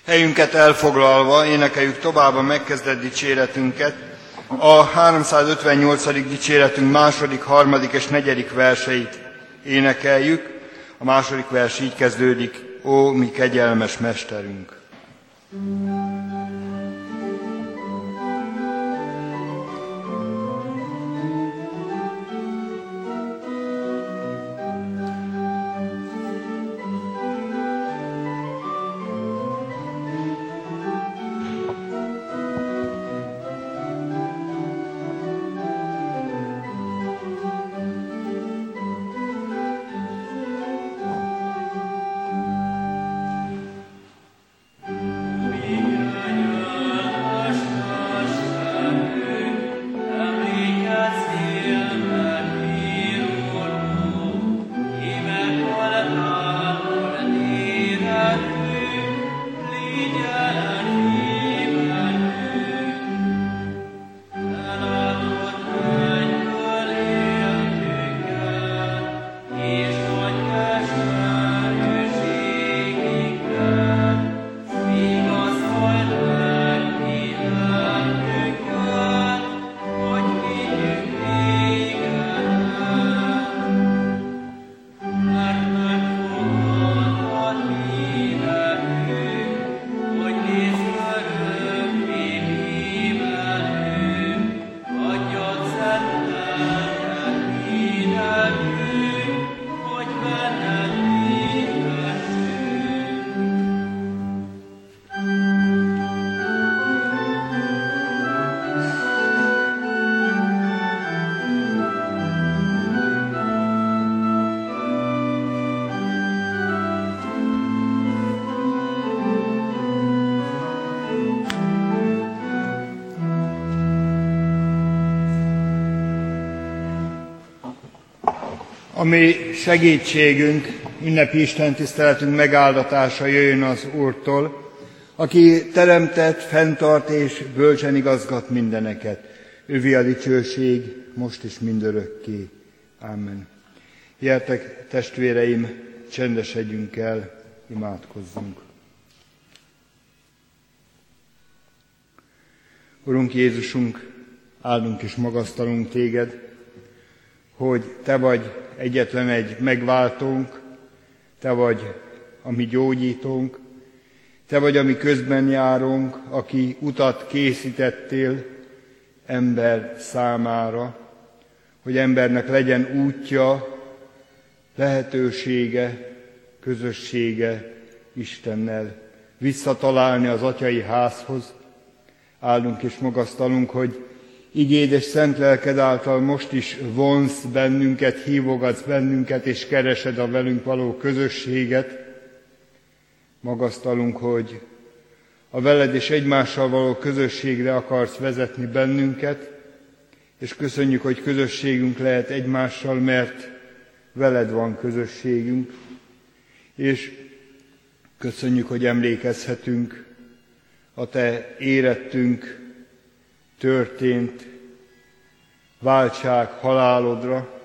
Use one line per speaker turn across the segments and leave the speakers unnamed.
Helyünket elfoglalva énekeljük tovább a megkezdett dicséretünket. A 358. dicséretünk második, harmadik és negyedik verseit énekeljük. A második vers így kezdődik: Ó, mi kegyelmes mesterünk! A mi segítségünk, ünnepi istentiszteletünk megáldatása jöjjön az Úrtól, aki teremtett, fenntart és bölcsen igazgat mindeneket. Ővé a dicsőség, most és mindörökké. Amen. Gyertek, testvéreim, csendesedjünk el, imádkozzunk. Urunk Jézusunk, áldunk és magasztalunk téged, hogy te vagy egyetlen egy megváltónk, te vagy a mi gyógyítónk, te vagy a mi közben járunk, aki utat készítettél ember számára, hogy embernek legyen útja, lehetősége, közössége Istennel, visszatalálni az atyai házhoz. Áldunk és magasztalunk, hogy igéd és szent lelked által most is vonsz bennünket, hívogatsz bennünket, és keresed a velünk való közösséget. Magasztalunk, hogy a veled és egymással való közösségre akarsz vezetni bennünket, és köszönjük, hogy közösségünk lehet egymással, mert veled van közösségünk, és köszönjük, hogy emlékezhetünk a te érettünk történt váltság halálodra,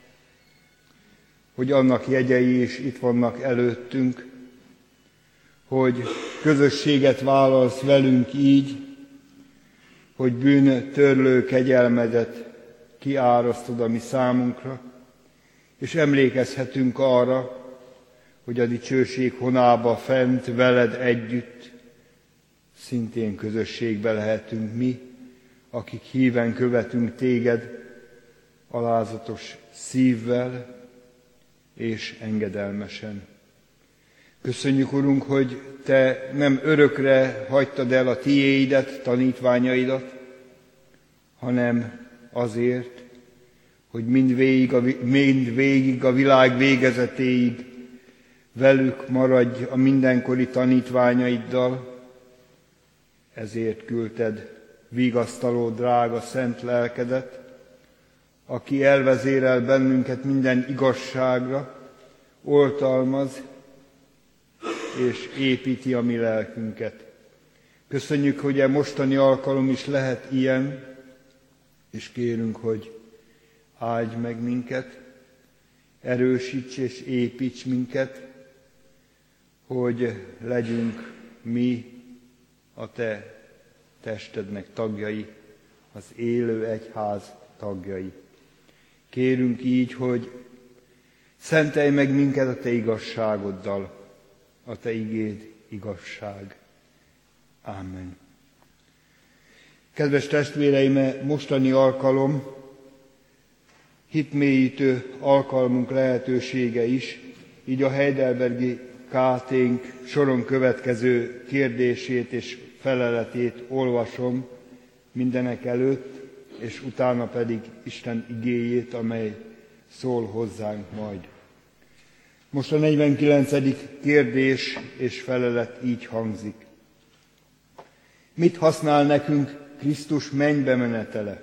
hogy annak jegyei is itt vannak előttünk, hogy közösséget vállalsz velünk így, hogy bűntörlő kegyelmedet kiárasztod a mi számunkra, és emlékezhetünk arra, hogy a dicsőség honába fent veled együtt szintén közösségbe lehetünk mi, akik híven követünk téged alázatos szívvel és engedelmesen. Köszönjük, Urunk, hogy te nem örökre hagytad el a tiéidet, tanítványaidat, hanem azért, hogy mindvégig a világ végezetéig velük maradj a mindenkori tanítványaiddal, ezért küldted vigasztaló, drága, szent lelkedet, aki elvezérel bennünket minden igazságra, oltalmaz és építi a mi lelkünket. Köszönjük, hogy a mostani alkalom is lehet ilyen, és kérünk, hogy áldj meg minket, erősíts és építs minket, hogy legyünk mi a te testednek tagjai, az élő egyház tagjai. Kérünk így, hogy szentelj meg minket a te igazságoddal, a te igéd igazság. Ámen. Kedves testvéreim, mostani alkalom hitmélyítő alkalmunk lehetősége is, így a heidelbergi KT-nk soron következő kérdését és feleletét olvasom mindenek előtt, és utána pedig Isten igéjét, amely szól hozzánk majd. Most a 49. kérdés és felelet így hangzik. Mit használ nekünk Krisztus mennybe menetele?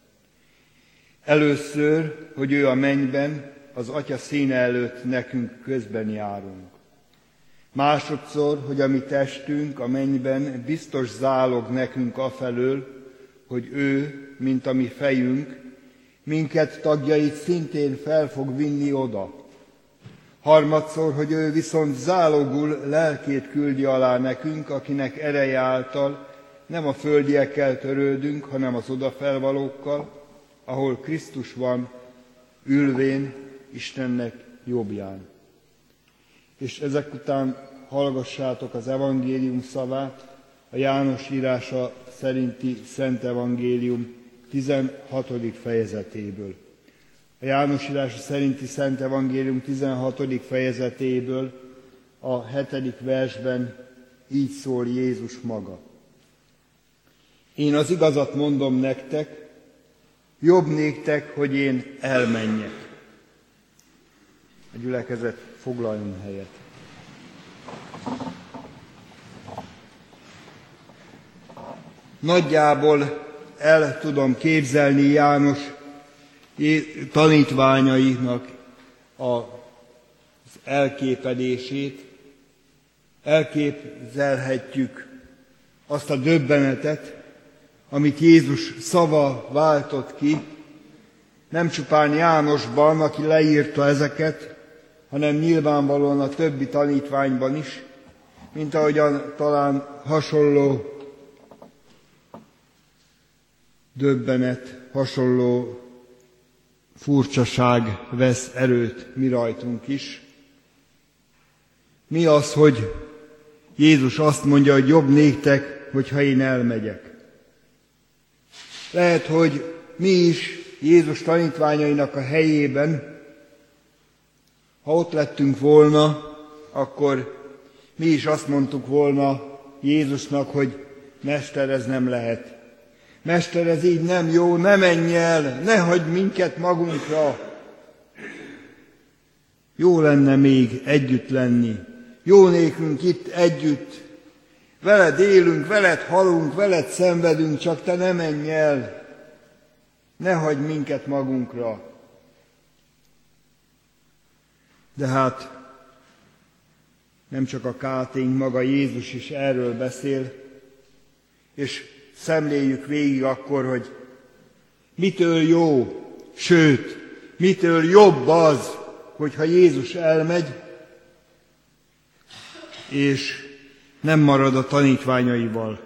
Először, hogy ő a mennyben, az Atya színe előtt nekünk közben járunk. Másodszor, hogy a mi testünk a mennyben biztos zálog nekünk afelől, hogy ő, mint a mi fejünk, minket tagjait szintén fel fog vinni oda. Harmadszor, hogy ő viszont zálogul lelkét küldi alá nekünk, akinek ereje által nem a földiekkel törődünk, hanem az odafelvalókkal, ahol Krisztus van, ülvén Istennek jobbján. És ezek után hallgassátok az evangélium szavát, a János írása szerinti Szent Evangélium 16. fejezetéből. A János írása szerinti Szent Evangélium 16. fejezetéből a 7. versben így szól Jézus maga. Én az igazat mondom nektek, jobb néktek, hogy én elmenjek. A gyülekezet foglaljon helyet. Nagyjából el tudom képzelni János tanítványainak az elképedését. Elképzelhetjük azt a döbbenetet, amit Jézus szava váltott ki, nem csupán Jánosban, aki leírta ezeket, hanem nyilvánvalóan a többi tanítványban is, mint ahogyan talán hasonló döbbenet, hasonló furcsaság vesz erőt mi rajtunk is. Mi az, hogy Jézus azt mondja, hogy jobb néktek, hogyha én elmegyek. Lehet, hogy mi is Jézus tanítványainak a helyében, ha ott lettünk volna, akkor mi is azt mondtuk volna Jézusnak, hogy Mester, ez nem lehet. Mester, ez így nem jó, ne menj el, ne hagyd minket magunkra. Jó lenne még együtt lenni. Jó nékünk itt együtt. Veled élünk, veled halunk, veled szenvedünk, csak te ne menj el. Ne hagyd minket magunkra. De hát nem csak a KT-nk, maga Jézus is erről beszél, és szemléljük végig akkor, hogy mitől jó, sőt, mitől jobb az, hogyha Jézus elmegy, és nem marad a tanítványaival.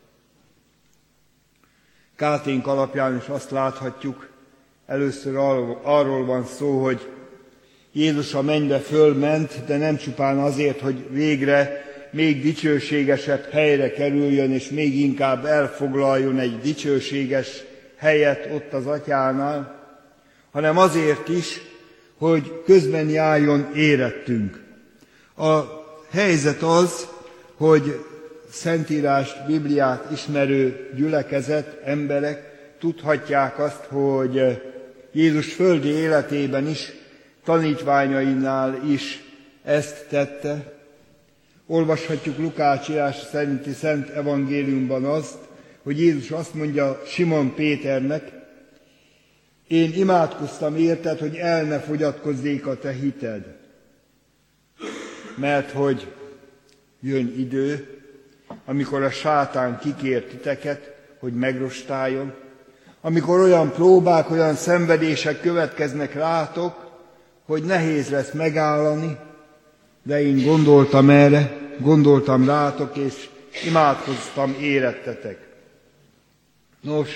KT-nk alapján is azt láthatjuk, először arról van szó, hogy Jézus a mennybe fölment, de nem csupán azért, hogy végre még dicsőségesebb helyre kerüljön, és még inkább elfoglaljon egy dicsőséges helyet ott az Atyánál, hanem azért is, hogy közben járjon érettünk. A helyzet az, hogy Szentírást, Bibliát ismerő gyülekezet, emberek tudhatják azt, hogy Jézus földi életében is, tanítványainál is ezt tette. Olvashatjuk Lukács írása szerinti Szent Evangéliumban azt, hogy Jézus azt mondja Simon Péternek, én imádkoztam érted, hogy el ne fogyatkozzék a te hited. Mert hogy jön idő, amikor a sátán kikér titeket, hogy megrostáljon, amikor olyan próbák, olyan szenvedések következnek rátok, hogy nehéz lesz megállani, de én gondoltam erre, gondoltam rátok, és imádkoztam érettetek. Nos,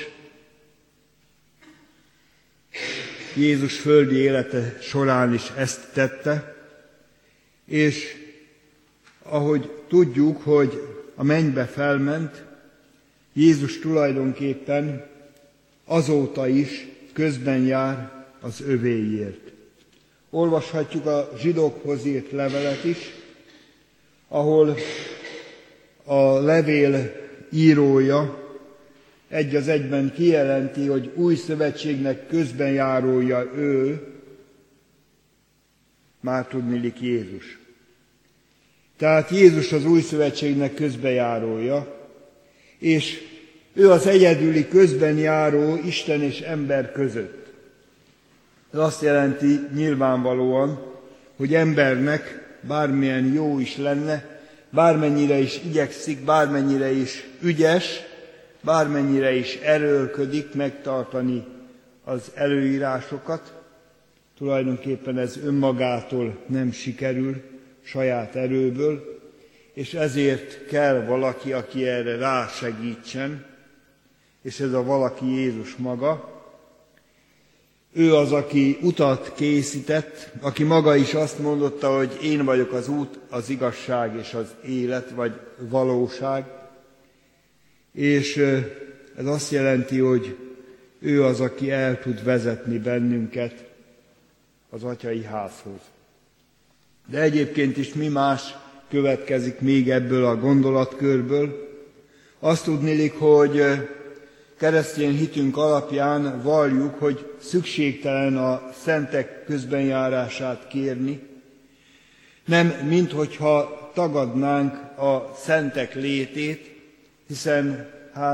Jézus földi élete során is ezt tette, és ahogy tudjuk, hogy a mennybe felment, Jézus tulajdonképpen azóta is közben jár az övéiért. Olvashatjuk a zsidókhoz írt levelet is, ahol a levél írója egy az egyben kijelenti, hogy új szövetségnek közbenjárója ő, már tudniillik Jézus. Tehát Jézus az új szövetségnek közbenjárója, és ő az egyedüli közbenjáró Isten és ember között. Ez azt jelenti nyilvánvalóan, hogy embernek bármilyen jó is lenne, bármennyire is igyekszik, bármennyire is ügyes, bármennyire is erőlködik megtartani az előírásokat, tulajdonképpen ez önmagától nem sikerül, saját erőből, és ezért kell valaki, aki erre rásegítsen, és ez a valaki Jézus maga. Ő az, aki utat készített, aki maga is azt mondotta, hogy én vagyok az út, az igazság és az élet, vagy valóság. És ez azt jelenti, hogy ő az, aki el tud vezetni bennünket az atyai házhoz. De egyébként is mi más következik még ebből a gondolatkörből? Azt tudniillik, hogy keresztény hitünk alapján valljuk, hogy szükségtelen a szentek közbenjárását kérni. Nem, minthogyha tagadnánk a szentek létét, hiszen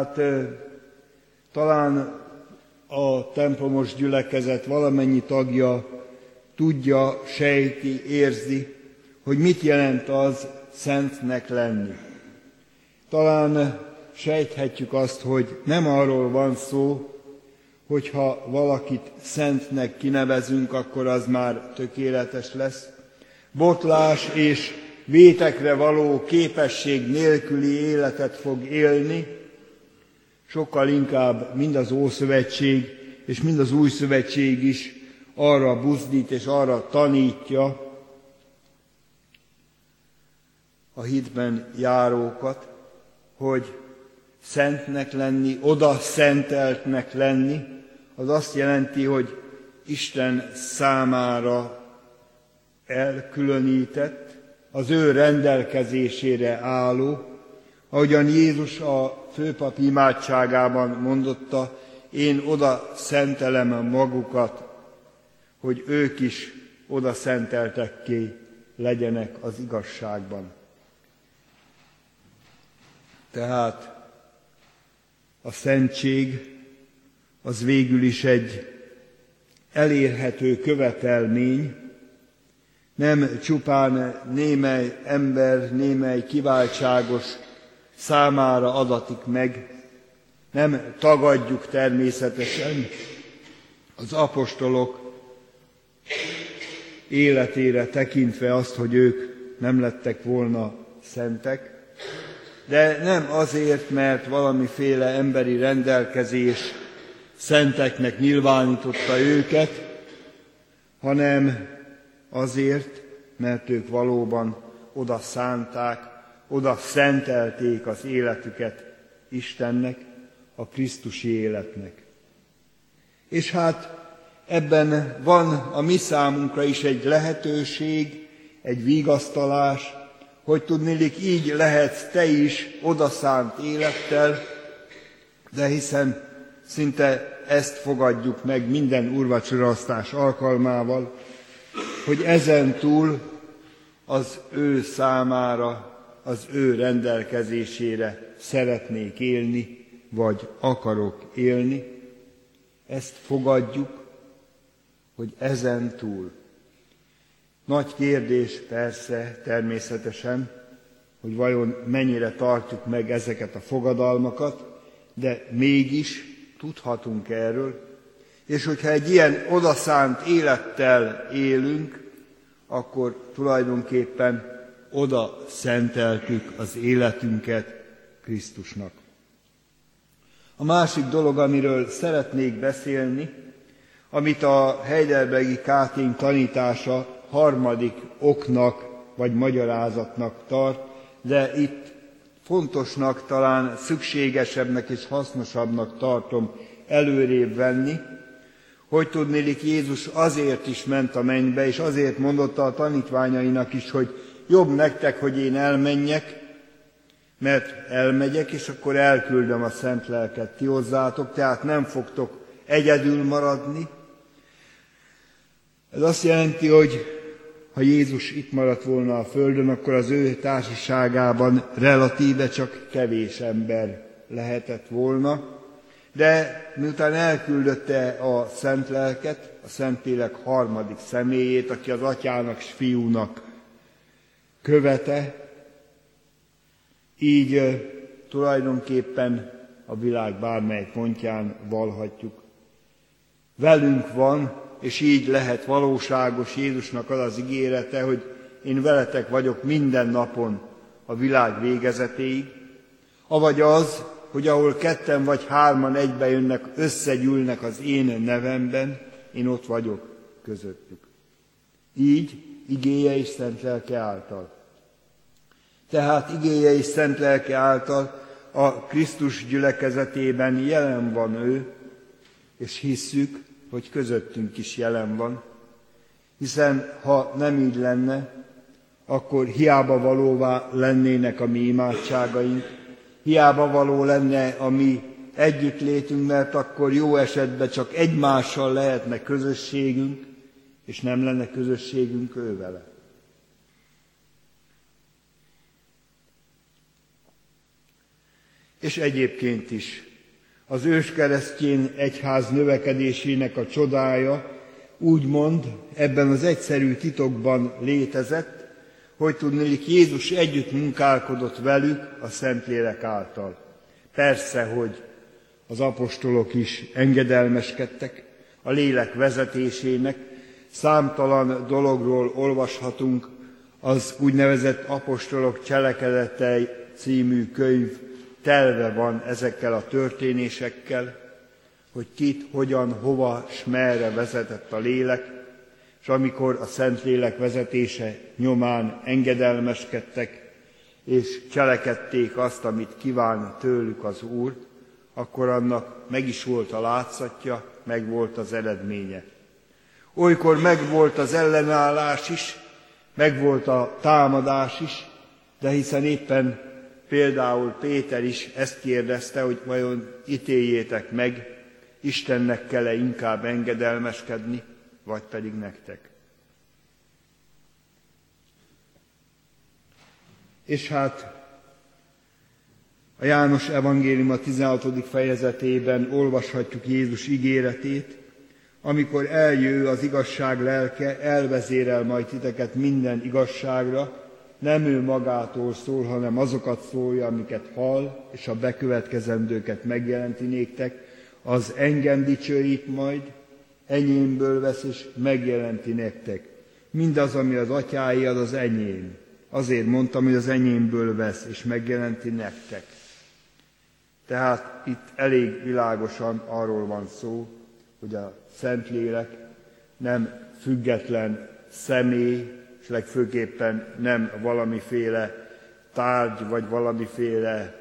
talán a templomos gyülekezet valamennyi tagja tudja, sejti, érzi, hogy mit jelent az szentnek lenni. Talán sejthetjük azt, hogy nem arról van szó, hogyha valakit szentnek kinevezünk, akkor az már tökéletes lesz. Botlás és vétekre való képesség nélküli életet fog élni, sokkal inkább mind az Ószövetség és mind az Új Szövetség is arra buzdít és arra tanítja a hitben járókat, hogy szentnek lenni, oda szenteltnek lenni, az azt jelenti, hogy Isten számára elkülönített, az ő rendelkezésére álló, ahogyan Jézus a főpap imádságában mondotta, én oda szentelem magukat, hogy ők is oda szenteltekké legyenek az igazságban. Tehát a szentség az végül is egy elérhető követelmény, nem csupán némely ember, némely kiváltságos számára adatik meg, nem tagadjuk természetesen az apostolok életére tekintve azt, hogy ők nem lettek volna szentek, de nem azért, mert valamiféle emberi rendelkezés szenteknek nyilvánította őket, hanem azért, mert ők valóban oda szánták, oda szentelték az életüket Istennek, a Krisztusi életnek. És hát ebben van a mi számunkra is egy lehetőség, egy vigasztalás, hogy tudniillik így lehetsz te is odaszánt élettel, de hiszen szinte ezt fogadjuk meg minden úrvacsoraosztás alkalmával, hogy ezen túl az ő számára, az ő rendelkezésére szeretnék élni, vagy akarok élni. Ezt fogadjuk, hogy ezen túl. Nagy kérdés persze, természetesen, hogy vajon mennyire tartjuk meg ezeket a fogadalmakat, de mégis tudhatunk erről, és hogyha egy ilyen odaszánt élettel élünk, akkor tulajdonképpen oda szenteltük az életünket Krisztusnak. A másik dolog, amiről szeretnék beszélni, amit a heidelbergi Kátény tanítása harmadik oknak vagy magyarázatnak tart, de itt fontosnak, talán szükségesebbnek és hasznosabbnak tartom előrébb venni, hogy tudnélik Jézus azért is ment a mennybe, és azért mondotta a tanítványainak is, hogy jobb nektek, hogy én elmenjek, mert elmegyek, és akkor elküldöm a Szent Lelket ti hozzátok, tehát nem fogtok egyedül maradni. Ez azt jelenti, hogy ha Jézus itt maradt volna a földön, akkor az ő társaságában relatíve csak kevés ember lehetett volna, de miután elküldötte a Szent Lelket, a Szentlélek harmadik személyét, aki az Atyának és Fiúnak követe, így tulajdonképpen a világ bármely pontján vallhatjuk. Velünk van, és így lehet valóságos Jézusnak az az ígérete, hogy én veletek vagyok minden napon a világ végezetéig, avagy az, hogy ahol ketten vagy hárman egybe jönnek, összegyűlnek az én nevemben, én ott vagyok közöttük. Így igéje és szent lelke által. Tehát igéje és szent lelke által a Krisztus gyülekezetében jelen van ő, és hisszük, hogy közöttünk is jelen van, hiszen ha nem így lenne, akkor hiába valóvá lennének a mi imádságaink, hiába való lenne a mi együttlétünk, mert akkor jó esetben csak egymással lehetne közösségünk, és nem lenne közösségünk ővele. És egyébként is az őskeresztény egyház növekedésének a csodája úgymond ebben az egyszerű titokban létezett, hogy tudnélik Jézus együtt munkálkodott velük a Szentlélek által. Persze, hogy az apostolok is engedelmeskedtek a lélek vezetésének, számtalan dologról olvashatunk az úgynevezett Apostolok Cselekedetei című könyv, telve van ezekkel a történésekkel, hogy kit, hogyan, hova, s merre vezetett a lélek, és amikor a Szentlélek vezetése nyomán engedelmeskedtek, és cselekedték azt, amit kíván tőlük az Úr, akkor annak meg is volt a látszatja, meg volt az eredménye. Olykor meg volt az ellenállás is, meg volt a támadás is, de hiszen éppen például Péter is ezt kérdezte, hogy vajon ítéljétek meg, Istennek kell-e inkább engedelmeskedni, vagy pedig nektek. És hát a János evangélium a 16. fejezetében olvashatjuk Jézus ígéretét, amikor eljő az igazság lelke, elvezérel majd titeket minden igazságra, nem ő magától szól, hanem azokat szólja, amiket hall, és a bekövetkezendőket megjelenti néktek, az engem dicsőít majd, enyémből vesz, és megjelenti nektek. Mindaz, ami az atyáé, az az enyém. Azért mondtam, hogy az enyémből vesz, és megjelenti nektek. Tehát itt elég világosan arról van szó, hogy a Szentlélek nem független személy, és legfőképpen nem valamiféle tárgy, vagy valamiféle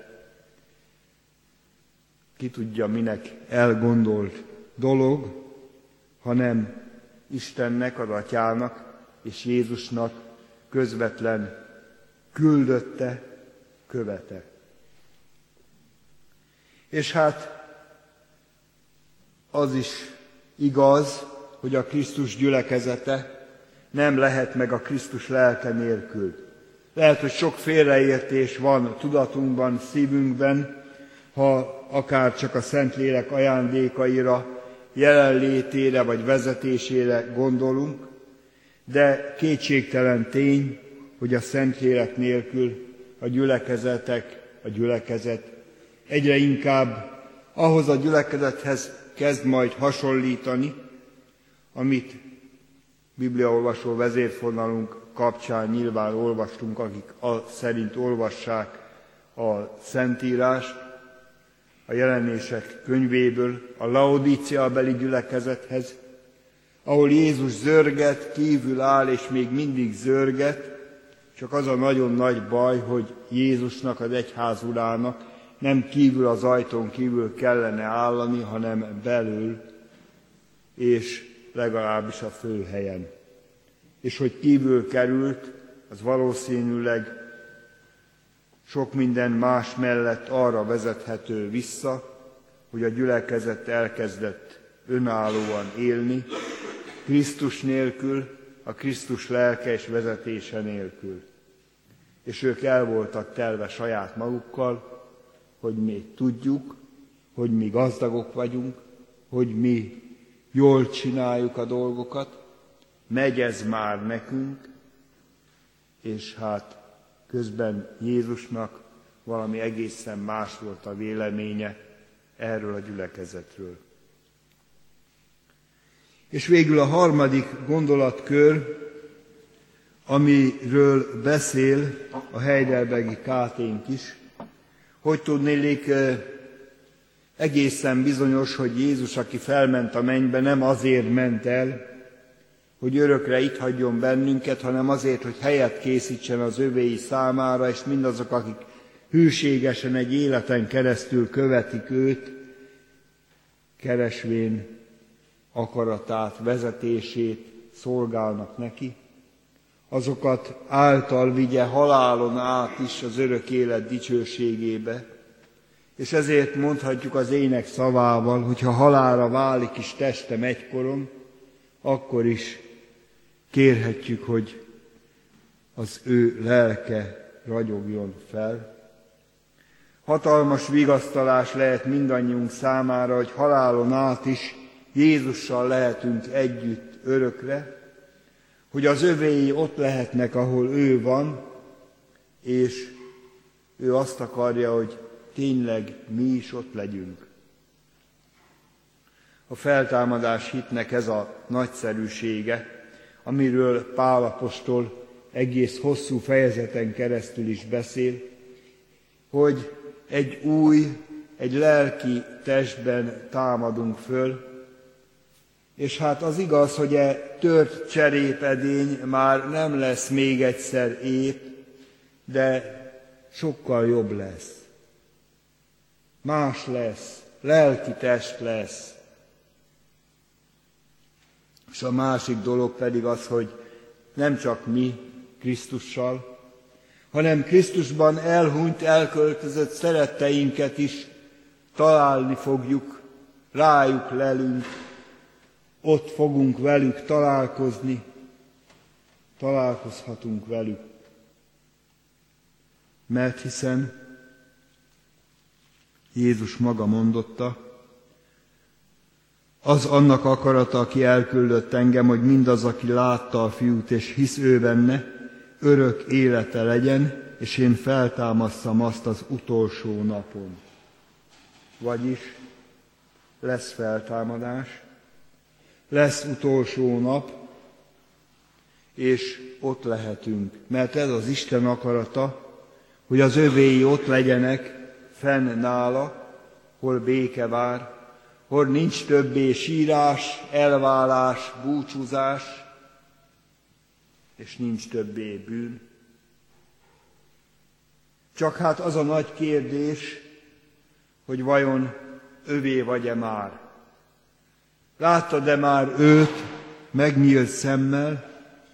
ki tudja minek elgondolt dolog, hanem Istennek, az Atyának és Jézusnak közvetlen küldötte, követe. És hát az is igaz, hogy a Krisztus gyülekezete nem lehet meg a Krisztus lelke nélkül. Lehet, hogy sok félreértés van tudatunkban, szívünkben, ha akár csak a Szentlélek ajándékaira, jelenlétére vagy vezetésére gondolunk, de kétségtelen tény, hogy a Szentlélek nélkül a gyülekezet egyre inkább ahhoz a gyülekezethez kezd majd hasonlítani, amit bibliaolvasó vezérfonalunk kapcsán nyilván olvastunk, akik szerint olvassák a Szentírást, a Jelenések könyvéből a Laodíceabeli gyülekezethez, ahol Jézus zörget, kívül áll, és még mindig zörget, csak az a nagyon nagy baj, hogy Jézusnak, az egyházurának nem kívül az ajtón kívül kellene állani, hanem belül, és legalábbis a főhelyen. És hogy kívül került, az valószínűleg sok minden más mellett arra vezethető vissza, hogy a gyülekezet elkezdett önállóan élni, Krisztus nélkül, a Krisztus lelke és vezetése nélkül. És ők el voltak telve saját magukkal, hogy mi tudjuk, hogy mi gazdagok vagyunk, hogy mi jól csináljuk a dolgokat, megy ez már nekünk, és hát közben Jézusnak valami egészen más volt a véleménye erről a gyülekezetről. És végül a harmadik gondolatkör, amiről beszél a heidelbergi káténk is, hogy tudnélik, egészen bizonyos, hogy Jézus, aki felment a mennybe, nem azért ment el, hogy örökre itt hagyjon bennünket, hanem azért, hogy helyet készítsen az övéi számára, és mindazok, akik hűségesen egy életen keresztül követik őt, keresvén akaratát, vezetését szolgálnak neki, azokat által vigye halálon át is az örök élet dicsőségébe. És ezért mondhatjuk az ének szavával, hogy ha halálra válik is testem egykoron, akkor is kérhetjük, hogy az ő lelke ragyogjon fel. Hatalmas vigasztalás lehet mindannyiunk számára, hogy halálon át is Jézussal lehetünk együtt örökre, hogy az övéi ott lehetnek, ahol ő van, és ő azt akarja, hogy tényleg mi is ott legyünk. A feltámadás hitnek ez a nagyszerűsége, amiről Pál apostol egész hosszú fejezeten keresztül is beszél, hogy egy új, egy lelki testben támadunk föl, és hát az igaz, hogy tört cserépedény már nem lesz még egyszer épp, de sokkal jobb lesz. Más lesz, lelki test lesz. És a másik dolog pedig az, hogy nem csak mi Krisztussal, hanem Krisztusban elhunyt, elköltözött szeretteinket is találni fogjuk, rájuk lelünk, ott fogunk velük találkozni, találkozhatunk velük. Mert hiszen Jézus maga mondotta, az annak akarata, aki elküldött engem, hogy mindaz, aki látta a fiút és hisz ő benne, örök élete legyen, és én feltámasztam azt az utolsó napon. Vagyis lesz feltámadás, lesz utolsó nap, és ott lehetünk. Mert ez az Isten akarata, hogy az övéi ott legyenek fenn nála, hol béke vár, hol nincs többé sírás, elválás, búcsúzás, és nincs többé bűn. Csak hát az a nagy kérdés, hogy vajon övé vagy-e már? Láttad-e már őt megnyílt szemmel?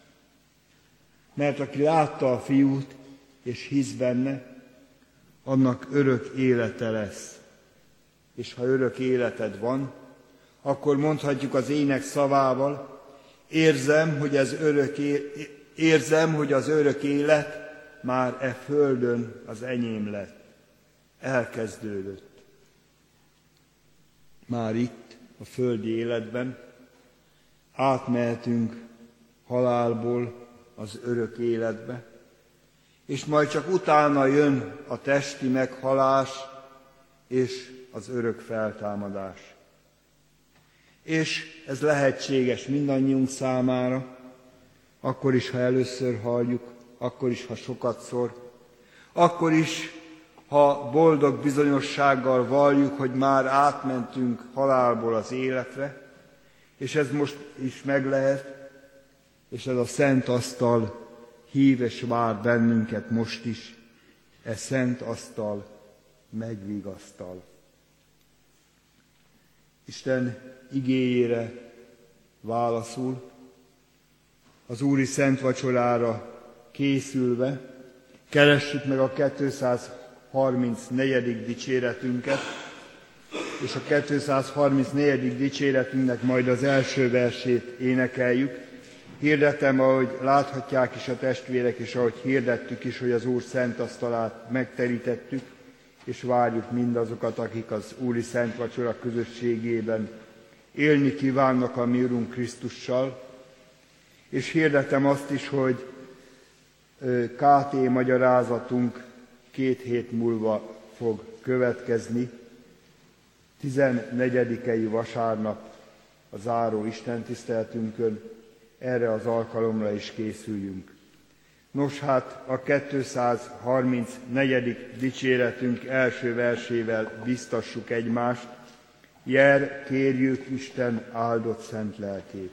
Mert aki látta a fiút és hisz benne, annak örök élete lesz. És ha örök életed van, akkor mondhatjuk az ének szavával, érzem, hogy az örök élet már e földön az enyém lett. Elkezdődött. Már itt, a földi életben átmehetünk halálból az örök életbe, és majd csak utána jön a testi meghalás és az örök feltámadás. És ez lehetséges mindannyiunk számára, akkor is, ha először halljuk, akkor is, ha sokatszor, akkor is, ha boldog bizonyossággal valljuk, hogy már átmentünk halálból az életre, és ez most is meg lehet, és ez a szent asztal hív és vár bennünket most is, ez szent asztal megvigasztal. Isten igéjére válaszul, az Úri Szent Vacsorára készülve, keressük meg a 234. dicséretünket, és a 234. dicséretünknek majd az első versét énekeljük. Hirdetem, ahogy láthatják is a testvérek, és ahogy hirdettük is, hogy az Úr szent asztalát megterítettük, és várjuk mindazokat, akik az Úri Szent Vacsora közösségében élni kívánnak a mi Urunk Krisztussal. És hirdetem azt is, hogy KT magyarázatunk 2 hét múlva fog következni, 14. vasárnap a záró istentiszteletünkön, erre az alkalomra is készüljünk. Nos hát, a 234. dicséretünk első versével biztassuk egymást, jer, kérjük Isten áldott szent lelkét.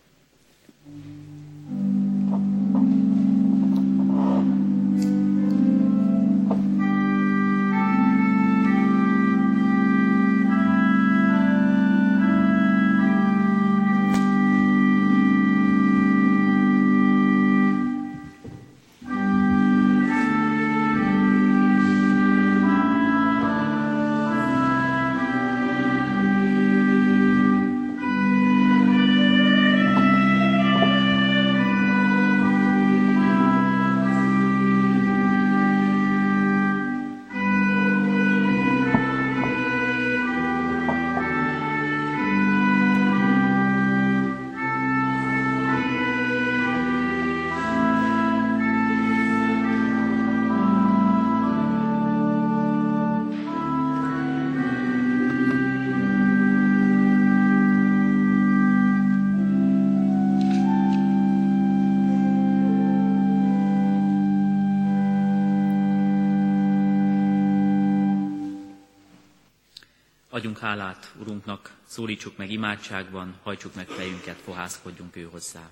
Adjunk hálát Urunknak, szólítsuk meg imádságban, hajtsuk meg fejünket, fohászkodjunk ő hozzá.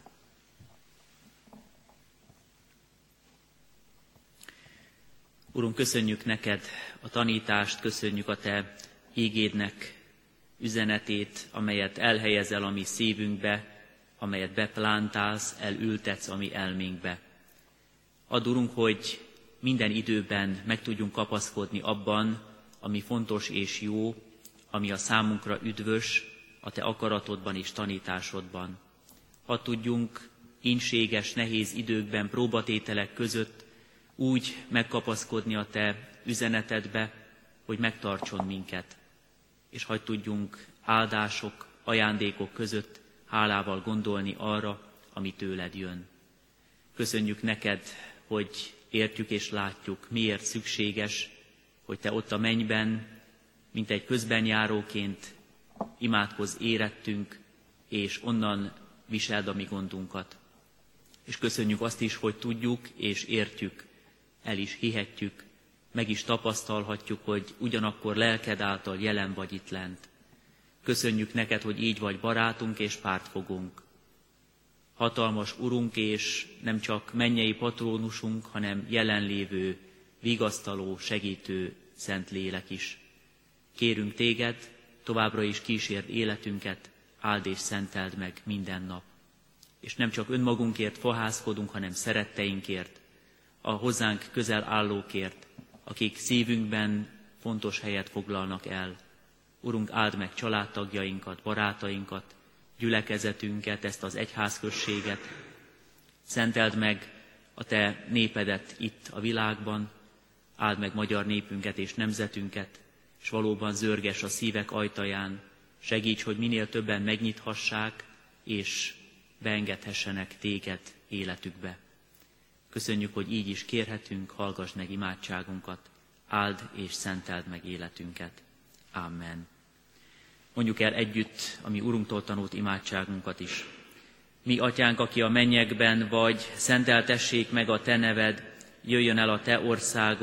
Urunk, köszönjük neked a tanítást, köszönjük a te ígédnek üzenetét, amelyet elhelyezel a mi szívünkbe, amelyet beplántálsz, elültetsz a mi elménkbe. Add, Urunk, hogy minden időben meg tudjunk kapaszkodni abban, ami fontos és jó, ami a számunkra üdvös, a te akaratodban és tanításodban. Hadd tudjunk ínséges, nehéz időkben, próbatételek között úgy megkapaszkodni a te üzenetedbe, hogy megtartson minket. És hadd tudjunk áldások, ajándékok között hálával gondolni arra, ami tőled jön. Köszönjük neked, hogy értjük és látjuk, miért szükséges, hogy te ott a mennyben, mint egy közbenjáróként imádkozz érettünk, és onnan viseld a mi gondunkat. És köszönjük azt is, hogy tudjuk és értjük, el is hihetjük, meg is tapasztalhatjuk, hogy ugyanakkor lelked által jelen vagy itt lent. Köszönjük neked, hogy így vagy barátunk és pártfogónk. Hatalmas Urunk és nem csak mennyei patrónusunk, hanem jelenlévő, vigasztaló, segítő Szent Lélek is. Kérünk téged, továbbra is kísérd életünket, áld és szenteld meg minden nap. És nem csak önmagunkért fohászkodunk, hanem szeretteinkért, a hozzánk közel állókért, akik szívünkben fontos helyet foglalnak el. Urunk, áld meg családtagjainkat, barátainkat, gyülekezetünket, ezt az egyházközséget. Szenteld meg a te népedet itt a világban, áld meg magyar népünket és nemzetünket, és valóban zörges a szívek ajtaján, segíts, hogy minél többen megnyithassák, és beengedhessenek téged életükbe. Köszönjük, hogy így is kérhetünk, hallgass meg imádságunkat, áld és szenteld meg életünket. Amen. Mondjuk el együtt a mi Urunktól tanult imádságunkat is. Mi, Atyánk, aki a mennyekben vagy, szenteltessék meg a te neved, jöjjön el a te országod,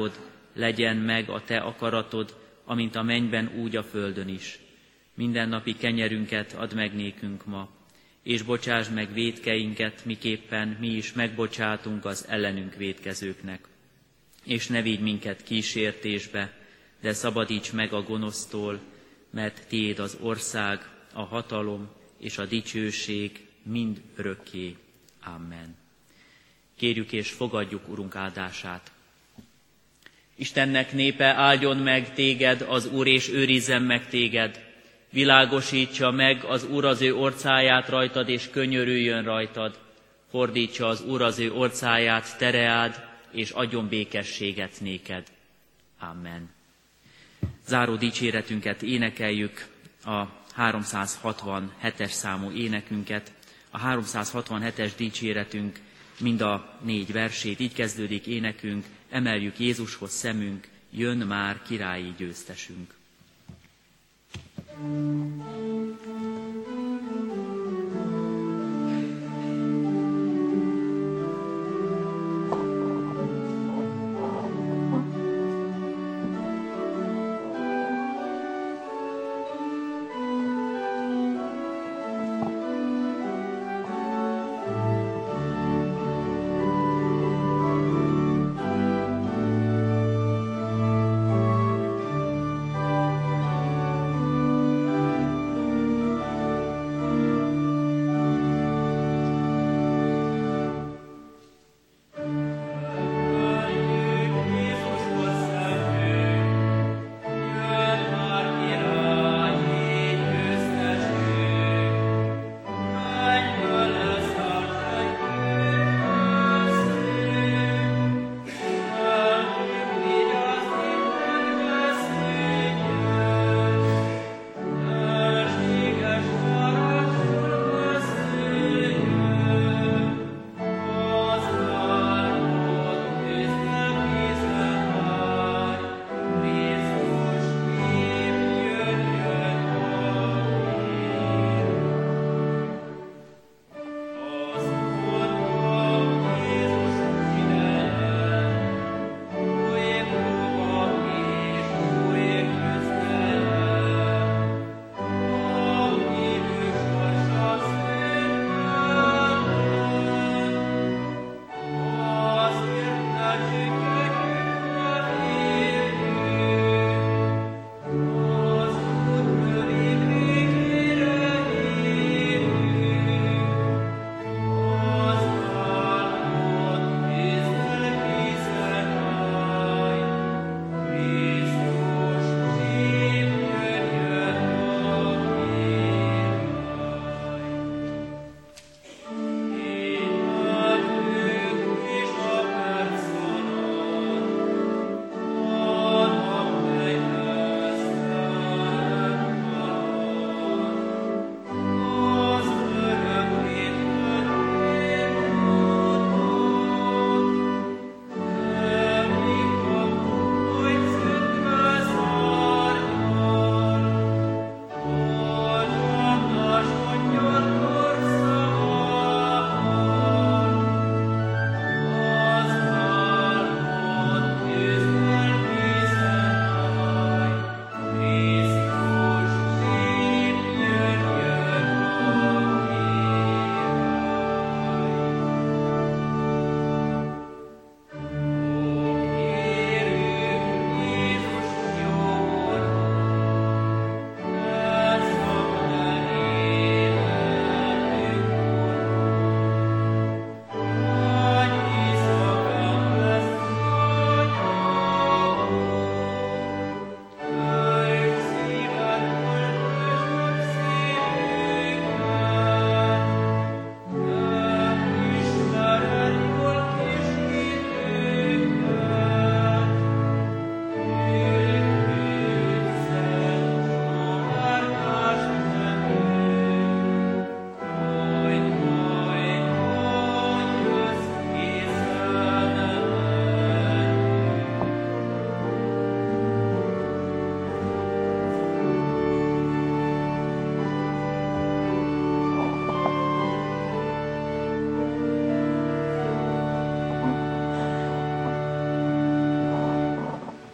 legyen meg a te akaratod, amint a mennyben, úgy a földön is. Mindennapi kenyerünket add meg nékünk ma, és bocsásd meg vétkeinket, miképpen mi is megbocsátunk az ellenünk vétkezőknek. És ne vigy minket kísértésbe, de szabadíts meg a gonosztól, mert tiéd az ország, a hatalom és a dicsőség mind örökké. Amen. Kérjük és fogadjuk Urunk áldását. Istennek népe, áldjon meg téged az Úr, és őrizzen meg téged. Világosítsa meg az Úr az ő orcáját rajtad, és könyörüljön rajtad. Fordítsa az Úr az ő orcáját tereád, és adjon békességet néked. Amen. Záró dicséretünket énekeljük, a 367-es számú énekünket. A 367-es dicséretünk mind a 4 versét, így kezdődik énekünk: emeljük Jézushoz szemünk, jön már királyi győztesünk.